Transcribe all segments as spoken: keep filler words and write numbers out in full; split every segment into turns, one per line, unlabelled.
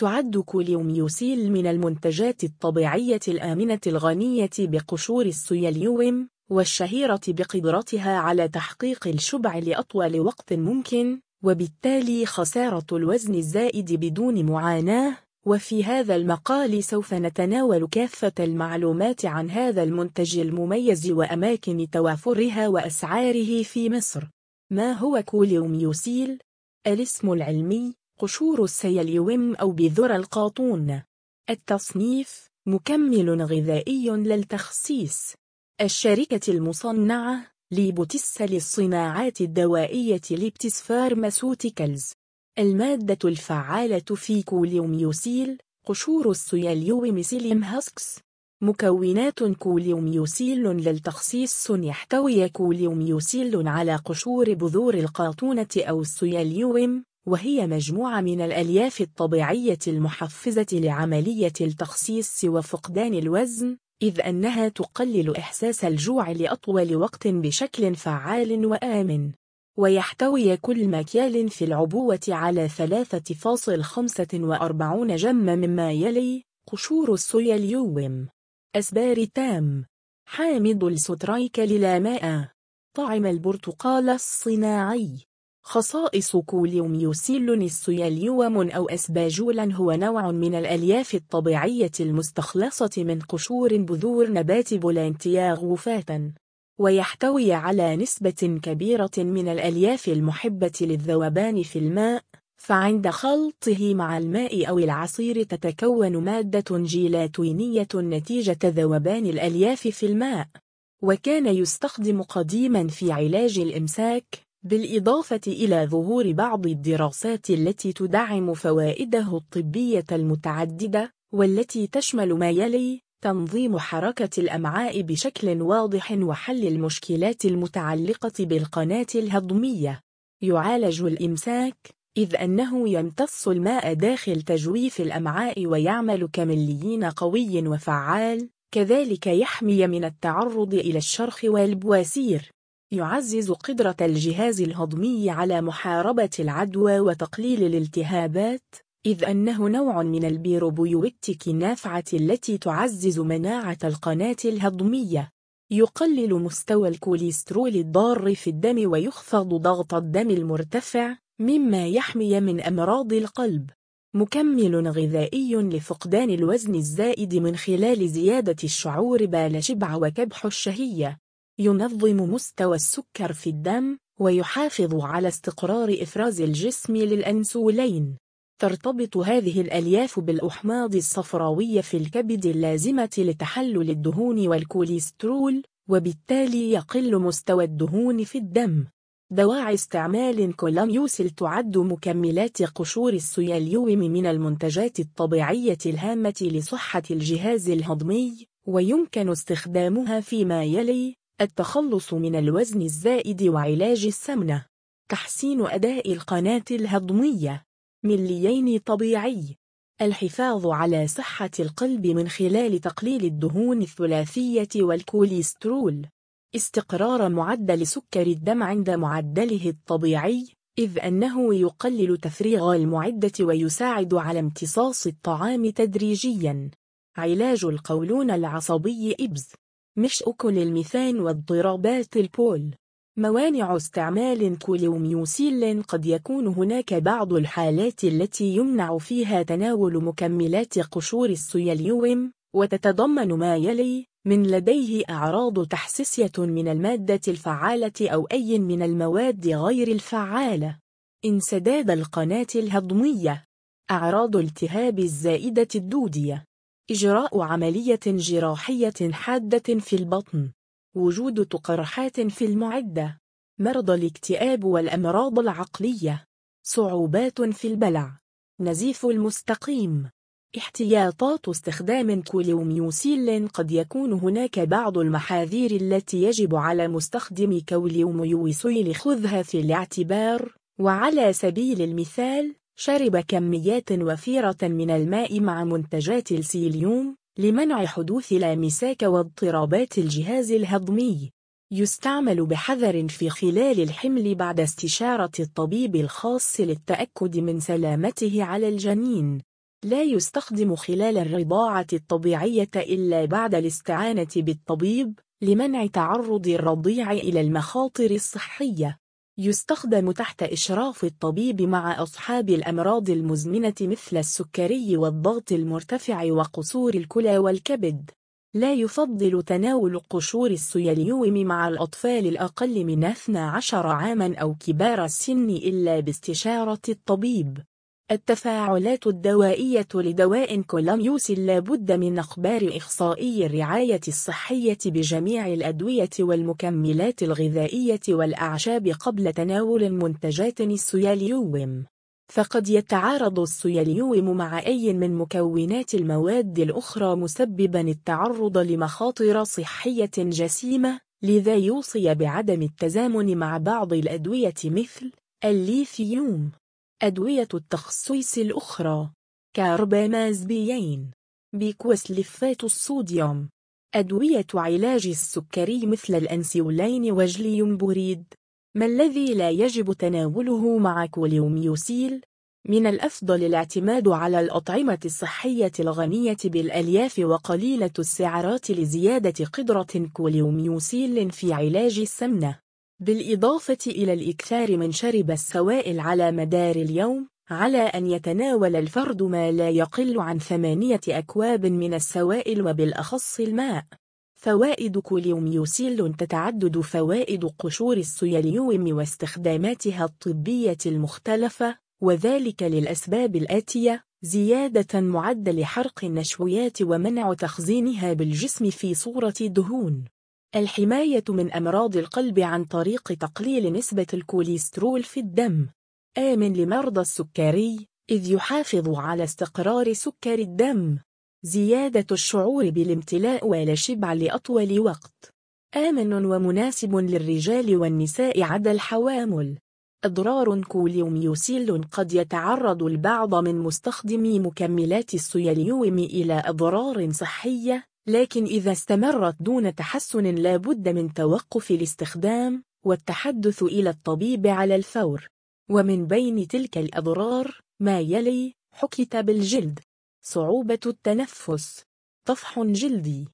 تعد كوليوميوسيل من المنتجات الطبيعية الآمنة الغنية بقشور السيليوم، والشهيرة بقدرتها على تحقيق الشبع لأطول وقت ممكن، وبالتالي خسارة الوزن الزائد بدون معاناة. وفي هذا المقال سوف نتناول كافة المعلومات عن هذا المنتج المميز وأماكن توافرها وأسعاره في مصر. ما هو كوليوميوسيل؟ الاسم العلمي: قشور السيليوم أو بذور القاطون. التصنيف: مكمل غذائي للتخسيس. الشركة المصنعة: ليبوتس للصناعات الدوائية ليبتس فارماسوتيكالز. المادة الفعالة في كوليوميوسيل: قشور السيليوم سيليوم هاسكس. مكونات كوليوميوسيل للتخسيس: يحتوي كوليوميوسيل على قشور بذور القاطونة أو السيليوم، وهي مجموعة من الألياف الطبيعية المحفزة لعملية التخسيس وفقدان الوزن، إذ أنها تقلل إحساس الجوع لأطول وقت بشكل فعال وآمن. ويحتوي كل مكيال في العبوة على ثلاثة فاصلة خمسة وأربعين جرام مما يلي: قشور السيليوم. أسبارتام، حامض الستريكليلاماء، طعم البرتقال الصناعي. خصائص كوليوميوسيل: السيليوم أو أسباجولا هو نوع من الألياف الطبيعية المستخلصة من قشور بذور نبات بولانتيا غوفاتا، ويحتوي على نسبة كبيرة من الألياف المحبة للذوبان في الماء، فعند خلطه مع الماء أو العصير تتكون مادة جيلاتينية نتيجة ذوبان الألياف في الماء. وكان يستخدم قديما في علاج الإمساك، بالإضافة إلى ظهور بعض الدراسات التي تدعم فوائده الطبية المتعددة، والتي تشمل ما يلي: تنظيم حركة الأمعاء بشكل واضح وحل المشكلات المتعلقة بالقناة الهضمية. يعالج الإمساك، إذ أنه يمتص الماء داخل تجويف الأمعاء ويعمل كمليين قوي وفعال، كذلك يحمي من التعرض إلى الشرخ والبواسير. يعزز قدرة الجهاز الهضمي على محاربة العدوى وتقليل الالتهابات، إذ أنه نوع من البيروبيوتيك النافعة التي تعزز مناعة القناة الهضمية. يقلل مستوى الكوليسترول الضار في الدم ويخفض ضغط الدم المرتفع، مما يحمي من أمراض القلب. مكمل غذائي لفقدان الوزن الزائد من خلال زيادة الشعور بالشبع وكبح الشهية. ينظم مستوى السكر في الدم، ويحافظ على استقرار إفراز الجسم للأنسولين. ترتبط هذه الألياف بالأحماض الصفراوية في الكبد اللازمة لتحلل الدهون والكوليسترول، وبالتالي يقل مستوى الدهون في الدم. دواعي استعمال كوليوميوسيل: تعد مكملات قشور السيليوم من المنتجات الطبيعية الهامة لصحة الجهاز الهضمي، ويمكن استخدامها فيما يلي: التخلص من الوزن الزائد وعلاج السمنة. تحسين أداء القناة الهضمية. مليين طبيعي. الحفاظ على صحة القلب من خلال تقليل الدهون الثلاثية والكوليسترول. استقرار معدل سكر الدم عند معدله الطبيعي، إذ أنه يقلل تفريغ المعدة ويساعد على امتصاص الطعام تدريجياً. علاج القولون العصبي إبز، مش أكل الميثان واضطرابات البول. موانع استعمال كوليوميوسيل: قد يكون هناك بعض الحالات التي يمنع فيها تناول مكملات قشور السيليوم، وتتضمن ما يلي: من لديه أعراض تحساسية من المادة الفعالة أو أي من المواد غير الفعالة. انسداد القناة الهضمية. أعراض التهاب الزائدة الدودية. إجراء عملية جراحية حادة في البطن. وجود تقرحات في المعدة. مرضى الاكتئاب والأمراض العقلية. صعوبات في البلع. نزيف المستقيم. احتياطات استخدام كوليوميوسيل: قد يكون هناك بعض المحاذير التي يجب على مستخدم كوليوميوسيل خذها في الاعتبار، وعلى سبيل المثال: شرب كميات وفيرة من الماء مع منتجات السيليوم لمنع حدوث الامساك واضطرابات الجهاز الهضمي. يستعمل بحذر في خلال الحمل بعد استشارة الطبيب الخاص للتأكد من سلامته على الجنين. لا يستخدم خلال الرضاعة الطبيعية إلا بعد الاستعانة بالطبيب لمنع تعرض الرضيع إلى المخاطر الصحية. يستخدم تحت إشراف الطبيب مع أصحاب الأمراض المزمنة مثل السكري والضغط المرتفع وقصور الكلى والكبد. لا يفضل تناول قشور الصويا اليوم مع الأطفال الأقل من اثني عشر عاما أو كبار السن إلا باستشارة الطبيب. التفاعلات الدوائية لدواء كولاميوسيل لا بد من إخبار إخصائي الرعاية الصحية بجميع الأدوية والمكملات الغذائية والأعشاب قبل تناول منتجات الصويا اليوم، فقد يتعارض الصويا اليوم مع أي من مكونات المواد الأخرى مسببا التعرض لمخاطر صحية جسيمة، لذا يوصي بعدم التزامن مع بعض الأدوية مثل الليثيوم. أدوية التخصيص الأخرى: كاربامازبين، بيكوسلفات الصوديوم. أدوية علاج السكري مثل الأنسولين وجليومبوريد. ما الذي لا يجب تناوله مع كوليوميوسيل؟ من الأفضل الاعتماد على الأطعمة الصحية الغنية بالألياف وقليلة السعرات لزيادة قدرة كوليوميوسيل في علاج السمنة، بالإضافة إلى الإكثار من شرب السوائل على مدار اليوم، على أن يتناول الفرد ما لا يقل عن ثمانية أكواب من السوائل وبالأخص الماء. فوائد كوليوميوسيل: تتعدد فوائد قشور الصويا اليوم واستخداماتها الطبية المختلفة، وذلك للأسباب الآتية: زيادة معدل حرق النشويات ومنع تخزينها بالجسم في صورة دهون. الحماية من أمراض القلب عن طريق تقليل نسبة الكوليسترول في الدم. آمن لمرضى السكري، إذ يحافظ على استقرار سكر الدم. زيادة الشعور بالامتلاء والشبع لأطول وقت. آمن ومناسب للرجال والنساء عدا الحوامل. أضرار كوليوميوسيل: قد يتعرض البعض من مستخدمي مكملات الصويا اليوم إلى أضرار صحية، لكن إذا استمرت دون تحسن لا بد من توقف الاستخدام والتحدث إلى الطبيب على الفور. ومن بين تلك الأضرار ما يلي: حكة بالجلد، صعوبة التنفس، طفح جلدي،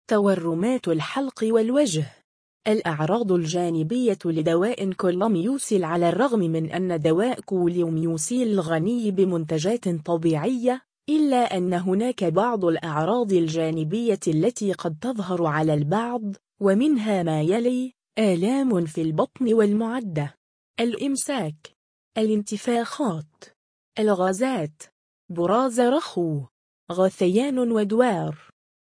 تورمات الحلق والوجه. الأعراض الجانبية لدواء كولاميوسيل: على الرغم من أن دواء كوليوميوسيل غني بمنتجات طبيعية، إلا أن هناك بعض الأعراض الجانبية التي قد تظهر على البعض، ومنها ما يلي: آلام في البطن والمعدة، الإمساك، الانتفاخات، الغازات، براز رخو، غثيان ودوار،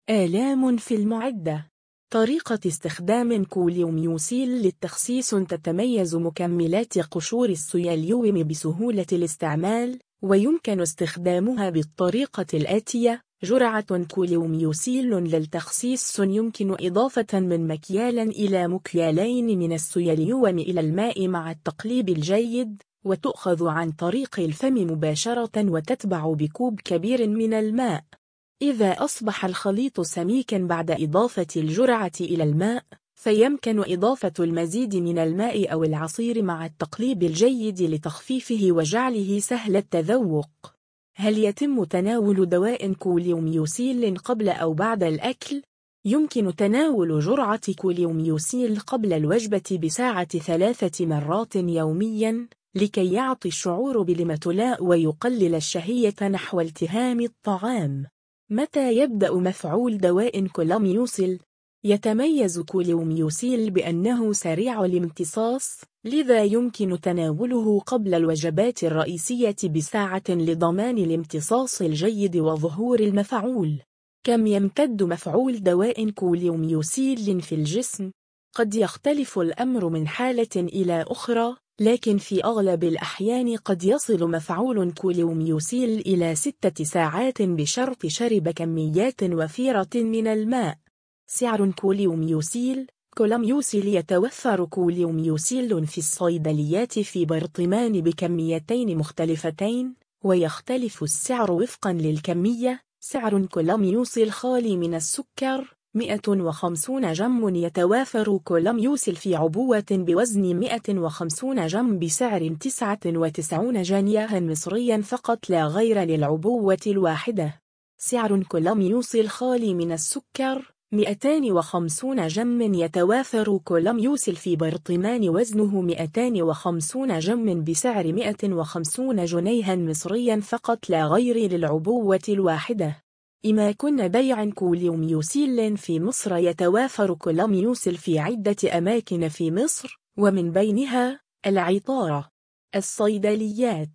آلام في المعدة. طريقة استخدام كوليوميوسيل للتخسيس: تتميز مكملات قشور الصويا اليوم بسهولة الاستعمال، ويمكن استخدامها بالطريقة الآتية: جرعة كوليوميوسيل للتخسيس يمكن إضافة من مكيال إلى مكيالين من الصويا اليوم إلى الماء مع التقليب الجيد، وتؤخذ عن طريق الفم مباشرة وتتبع بكوب كبير من الماء. إذا أصبح الخليط سميكا بعد إضافة الجرعة إلى الماء، فيمكن إضافة المزيد من الماء أو العصير مع التقليب الجيد لتخفيفه وجعله سهل التذوق. هل يتم تناول دواء كوليوميوسيل قبل أو بعد الأكل؟ يمكن تناول جرعة كوليوميوسيل قبل الوجبة بساعة ثلاثة مرات يوميا، لكي يعطي الشعور بالامتلاء ويقلل الشهية نحو التهام الطعام. متى يبدأ مفعول دواء كولاميوسيل؟ يتميز كوليوميوسيل بأنه سريع الامتصاص، لذا يمكن تناوله قبل الوجبات الرئيسية بساعة لضمان الامتصاص الجيد وظهور المفعول. كم يمتد مفعول دواء كوليوميوسيل في الجسم؟ قد يختلف الأمر من حالة إلى أخرى، لكن في أغلب الأحيان قد يصل مفعول كوليوميوسيل إلى ستة ساعات بشرط شرب كميات وفيرة من الماء. سعر كوليوميوسيل: كولاميوسيل يتوفر كوليوميوسيل في الصيدليات في برطمان بكميتين مختلفتين، ويختلف السعر وفقا للكمية. سعر كولاميوسيل خالي من السكر: مئة وخمسين جم يتوافر كولوم يوصل في عبوة بوزن مئة وخمسين جم بسعر تسعة وتسعين جنيها مصريا فقط لا غير للعبوة الواحدة. سعر كولوم يوصل خالي من السكر مئتين وخمسين جم يتوافر كولوم يوصل في برطمان وزنه مئتين وخمسين جم بسعر مئة وخمسين جنيها مصريا فقط لا غير للعبوة الواحدة. أماكن بيع كولوم يوصل في مصر. يتوافر كولوم يوصل في عدة أماكن في مصر، ومن بينها العطارة، الصيدليات،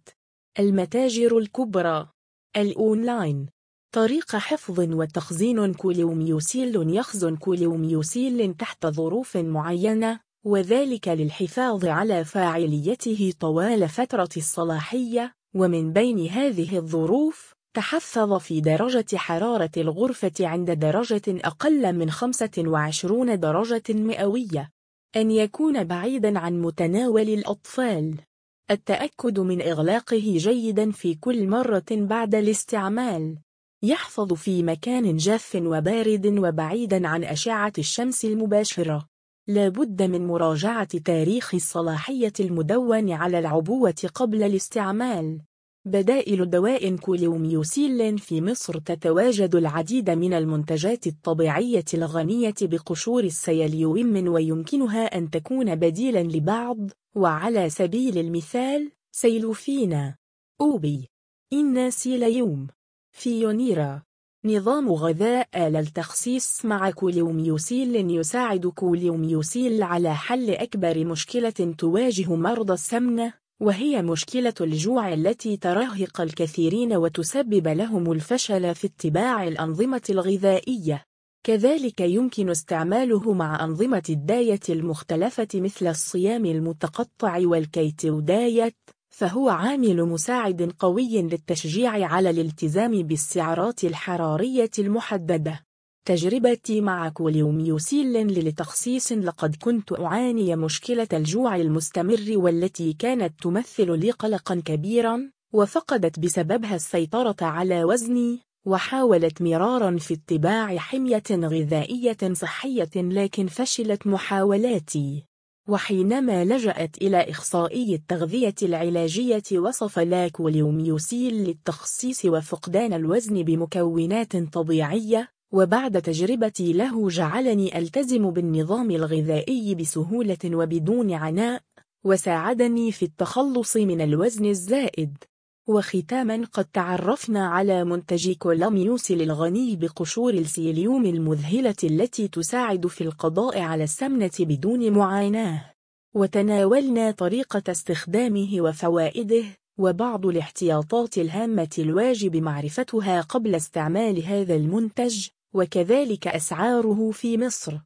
المتاجر الكبرى، الأونلاين. طريقة حفظ وتخزين كولوم يوصل. يخزن كولوم يوصل تحت ظروف معينة، وذلك للحفاظ على فاعليته طوال فترة الصلاحية، ومن بين هذه الظروف تحفظ في درجة حرارة الغرفة عند درجة أقل من خمسة وعشرين درجة مئوية. أن يكون بعيداً عن متناول الأطفال. التأكد من إغلاقه جيداً في كل مرة بعد الاستعمال. يحفظ في مكان جاف وبارد وبعيداً عن أشعة الشمس المباشرة. لا بد من مراجعة تاريخ الصلاحية المدون على العبوة قبل الاستعمال. بدائل دواء كولوم يوصل. في مصر تتواجد العديد من المنتجات الطبيعية الغنية بقشور السيليوم، ويمكنها أن تكون بديلا لبعض، وعلى سبيل المثال سيلوفينا، أوبي، إناسيليوم، فيونيرا. نظام غذاء للتخسيس مع كولوم يوصل. يساعد كولوم يوصل على حل أكبر مشكلة تواجه مرضى السمنة، وهي مشكلة الجوع التي ترهق الكثيرين وتسبب لهم الفشل في اتباع الأنظمة الغذائية. كذلك يمكن استعماله مع أنظمة الدايت المختلفة مثل الصيام المتقطع والكيتو دايت، فهو عامل مساعد قوي للتشجيع على الالتزام بالسعرات الحرارية المحددة. تجربتي مع كولوم يوصل للتخسيس. لقد كنت أعاني مشكلة الجوع المستمر والتي كانت تمثل لي قلقا كبيرا، وفقدت بسببها السيطرة على وزني، وحاولت مرارا في اتباع حمية غذائية صحية لكن فشلت محاولاتي. وحينما لجأت إلى إخصائي التغذية العلاجية وصف لي كولوم يوصل للتخسيس وفقدان الوزن بمكونات طبيعية، وبعد تجربتي له جعلني ألتزم بالنظام الغذائي بسهولة وبدون عناء، وساعدني في التخلص من الوزن الزائد. وختاما، قد تعرفنا على منتج كولوم يوصل الغني بقشور السيليوم المذهلة التي تساعد في القضاء على السمنة بدون معاناة، وتناولنا طريقة استخدامه وفوائده، وبعض الاحتياطات الهامة الواجب معرفتها قبل استعمال هذا المنتج، وكذلك أسعاره في مصر.